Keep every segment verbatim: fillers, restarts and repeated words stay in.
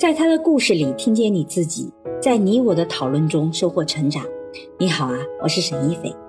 在他的故事里听见你自己，在你我的讨论中收获成长。你好啊，我是沈一菲。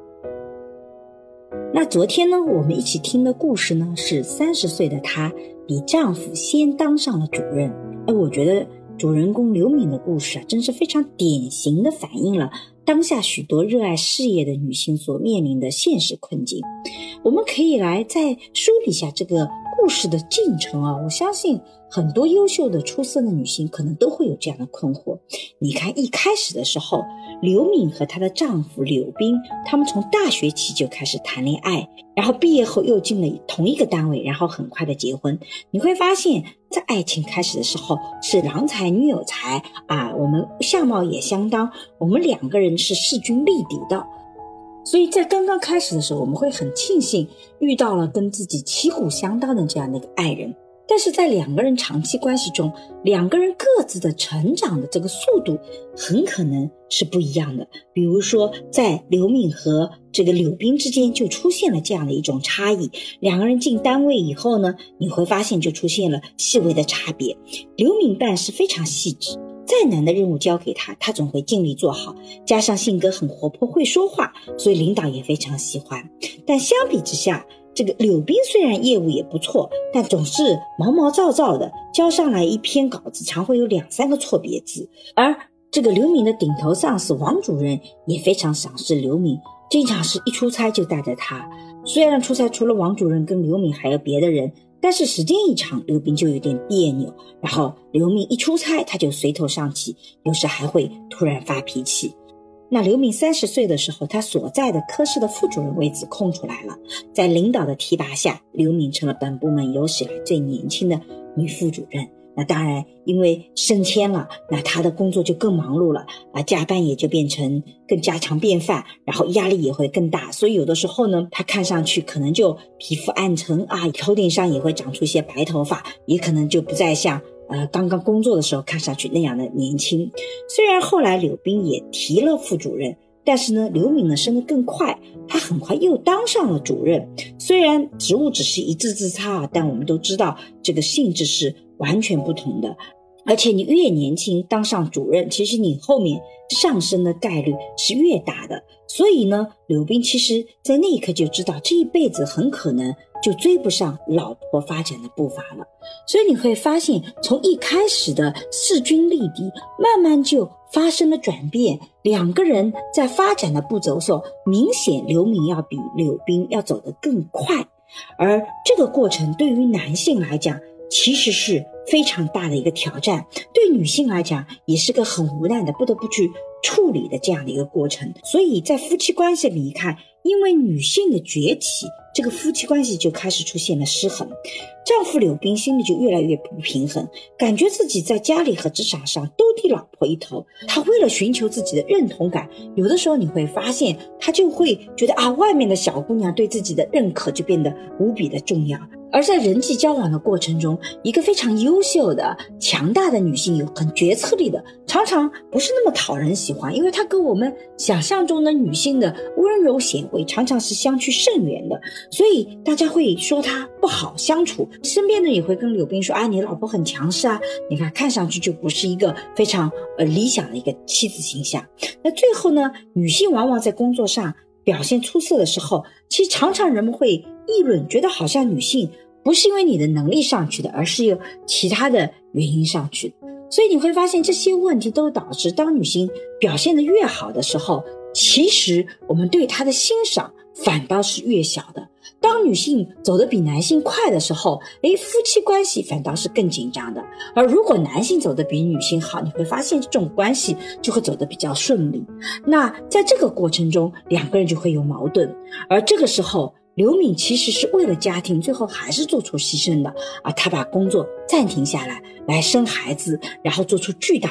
那昨天呢，我们一起听的故事呢，是三十岁的她比丈夫先当上了主任。哎，我觉得主人公刘敏的故事啊，真是非常典型的反映了当下许多热爱事业的女性所面临的现实困境。我们可以来再梳理一下这个故事的进程啊，我相信很多优秀的出色的女性可能都会有这样的困惑。你看一开始的时候，刘敏和她的丈夫柳斌，他们从大学期就开始谈恋爱，然后毕业后又进了同一个单位，然后很快的结婚。你会发现在爱情开始的时候是郎才女有才啊，我们相貌也相当，我们两个人是势均力敌的。所以在刚刚开始的时候，我们会很庆幸遇到了跟自己旗鼓相当的这样的一个爱人。但是在两个人长期关系中，两个人各自的成长的这个速度很可能是不一样的。比如说在刘敏和这个柳斌之间就出现了这样的一种差异，两个人进单位以后呢，你会发现就出现了细微的差别。刘敏办事非常细致，再难的任务交给他，他总会尽力做好，加上性格很活泼会说话，所以领导也非常喜欢。但相比之下，这个柳斌虽然业务也不错，但总是毛毛躁躁的，交上来一篇稿子常会有两三个错别字。而这个刘敏的顶头上司王主任也非常赏识刘敏，经常是一出差就带着他。虽然出差除了王主任跟刘敏还有别的人，但是时间一长，刘斌就有点别扭，然后刘敏一出差他就随头上气，有时还会突然发脾气。那刘敏三十岁的时候，她所在的科室的副主任位置空出来了，在领导的提拔下，刘敏成了本部门有史以来最年轻的女副主任。那当然因为升迁了，那她的工作就更忙碌了啊，加班也就变成更家常便饭，然后压力也会更大。所以有的时候呢，她看上去可能就皮肤暗沉啊，头顶上也会长出一些白头发，也可能就不再像呃，刚刚工作的时候看上去那样的年轻。虽然后来柳斌也提了副主任，但是呢，刘敏呢升得更快，他很快又当上了主任。虽然职务只是一字之差，但我们都知道这个性质是完全不同的。而且你越年轻当上主任，其实你后面上升的概率是越大的。所以呢，柳斌其实在那一刻就知道这一辈子很可能就追不上老婆发展的步伐了。所以你会发现从一开始的势均力敌，慢慢就发生了转变。两个人在发展的步骤上，明显刘敏要比柳斌要走得更快。而这个过程对于男性来讲其实是非常大的一个挑战，对女性来讲也是个很无奈的不得不去处理的这样的一个过程。所以在夫妻关系里一看，因为女性的崛起，这个夫妻关系就开始出现了失衡。丈夫柳斌心里就越来越不平衡，感觉自己在家里和职场上都低老婆一头。他为了寻求自己的认同感，有的时候你会发现他就会觉得啊，外面的小姑娘对自己的认可就变得无比的重要。而在人际交往的过程中，一个非常优秀的强大的女性，有很决策力的，常常不是那么讨人喜欢，因为她跟我们想象中的女性的温柔贤惠常常是相去甚远的，所以大家会说她不好相处。身边的也会跟柳斌说啊，你老婆很强势啊，你看看上去就不是一个非常呃理想的一个妻子形象。那最后呢，女性往往在工作上表现出色的时候，其实常常人们会议论，觉得好像女性不是因为你的能力上去的，而是有其他的原因上去的。所以你会发现这些问题都导致当女性表现得越好的时候，其实我们对她的欣赏反倒是越小的。当女性走得比男性快的时候，诶，夫妻关系反倒是更紧张的。而如果男性走得比女性好，你会发现这种关系就会走得比较顺利。那在这个过程中，两个人就会有矛盾。而这个时候，刘敏其实是为了家庭，最后还是做出牺牲的啊！她把工作暂停下来，来生孩子，然后做出巨大的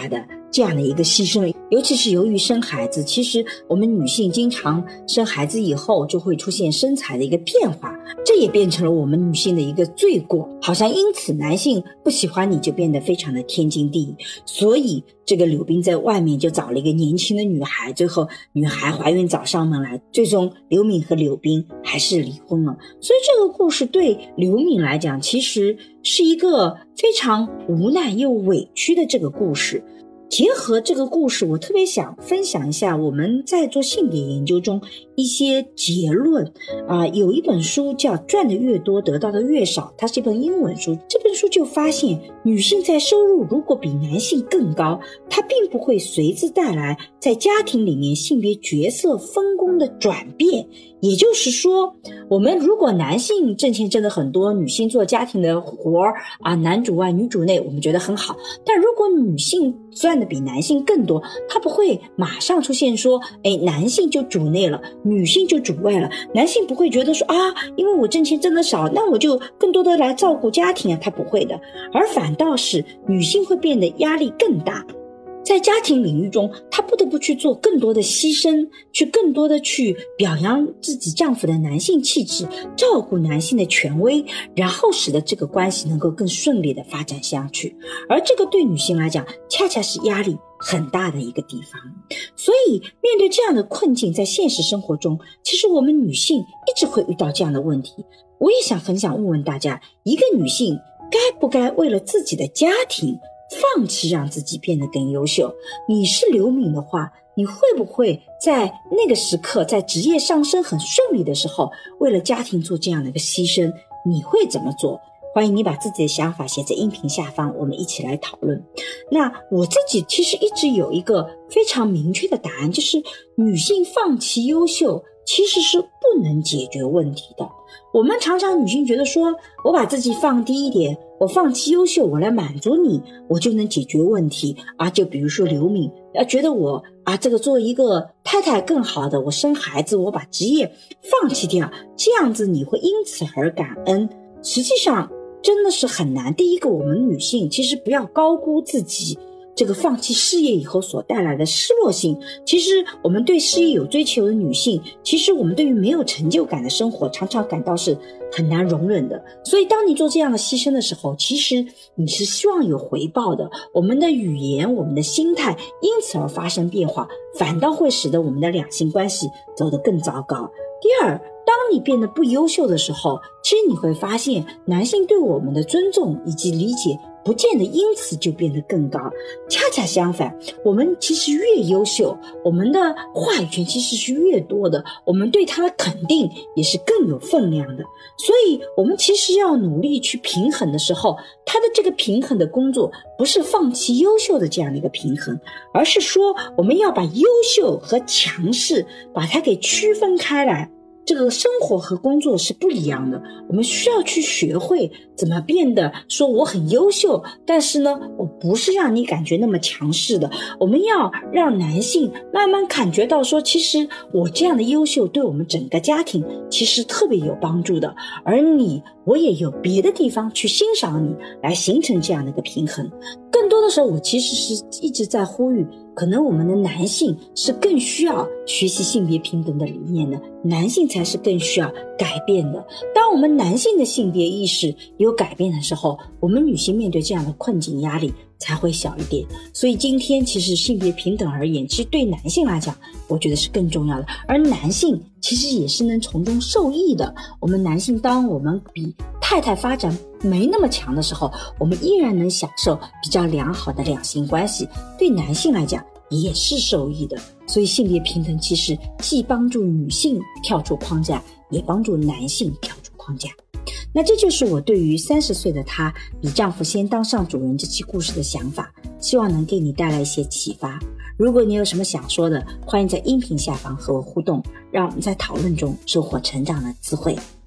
这样的一个牺牲，尤其是由于生孩子，其实我们女性经常生孩子以后就会出现身材的一个变化，这也变成了我们女性的一个罪过，好像因此男性不喜欢你就变得非常的天经地义。所以这个柳斌在外面就找了一个年轻的女孩，最后女孩怀孕找上门来，最终刘敏和柳斌还是离婚了。所以这个故事对刘敏来讲其实是一个非常无奈又委屈的这个故事。结合这个故事，我特别想分享一下我们在做性别研究中一些结论啊、呃，有一本书叫《赚的越多得到的越少》，它是一本英文书。这本书就发现，女性在收入如果比男性更高，它并不会随之带来在家庭里面性别角色分工的转变。也就是说，我们如果男性挣钱挣得很多，女性做家庭的活儿啊，男主外女主内，我们觉得很好。但如果女性赚的比男性更多，它不会马上出现说，哎，男性就主内了，女性就主外了。男性不会觉得说啊，因为我挣钱挣得少，那我就更多的来照顾家庭啊，他不会的。而反倒是女性会变得压力更大。在家庭领域中，她不得不去做更多的牺牲，去更多的去表扬自己丈夫的男性气质，照顾男性的权威，然后使得这个关系能够更顺利的发展下去。而这个对女性来讲，恰恰是压力很大的一个地方。所以面对这样的困境，在现实生活中，其实我们女性一直会遇到这样的问题。我也想很想问问大家，一个女性该不该为了自己的家庭放弃让自己变得更优秀？你是刘敏的话，你会不会在那个时刻，在职业上升很顺利的时候，为了家庭做这样的一个牺牲？你会怎么做？欢迎你把自己的想法写在音频下方，我们一起来讨论。那我自己其实一直有一个非常明确的答案，就是女性放弃优秀其实是不能解决问题的。我们常常女性觉得说，我把自己放低一点，我放弃优秀，我来满足你，我就能解决问题啊。就比如说刘敏要觉得我啊，这个做一个太太更好的，我生孩子，我把职业放弃掉，这样子你会因此而感恩。实际上真的是很难。第一个，我们女性其实不要高估自己这个放弃事业以后所带来的失落性。其实我们对事业有追求的女性，其实我们对于没有成就感的生活常常感到是很难容忍的。所以当你做这样的牺牲的时候，其实你是希望有回报的。我们的语言，我们的心态因此而发生变化，反倒会使得我们的两性关系走得更糟糕。第二，当你变得不优秀的时候，其实你会发现男性对我们的尊重以及理解不见得因此就变得更高。恰恰相反，我们其实越优秀，我们的话语权其实是越多的，我们对他的肯定也是更有分量的。所以我们其实要努力去平衡的时候，他的这个平衡的工作不是放弃优秀的这样的一个平衡，而是说我们要把优秀和强势把它给区分开来。这个生活和工作是不一样的，我们需要去学会怎么变得说我很优秀，但是呢，我不是让你感觉那么强势的。我们要让男性慢慢感觉到说，其实我这样的优秀对我们整个家庭其实特别有帮助的，而你我也有别的地方去欣赏你，来形成这样的一个平衡。更多的时候，我其实是一直在呼吁，可能我们的男性是更需要学习性别平等的理念的，男性才是更需要改变的。当我们男性的性别意识有改变的时候，我们女性面对这样的困境压力才会小一点。所以今天其实性别平等而言，其实对男性来讲，我觉得是更重要的，而男性其实也是能从中受益的。我们男性当我们比太太发展没那么强的时候，我们依然能享受比较良好的两性关系，对男性来讲也是受益的。所以性别平等其实既帮助女性跳出框架，也帮助男性跳出框架。那这就是我对于三十岁的她比丈夫先当上主人这期故事的想法，希望能给你带来一些启发。如果你有什么想说的，欢迎在音频下方和我互动，让我们在讨论中收获成长的智慧。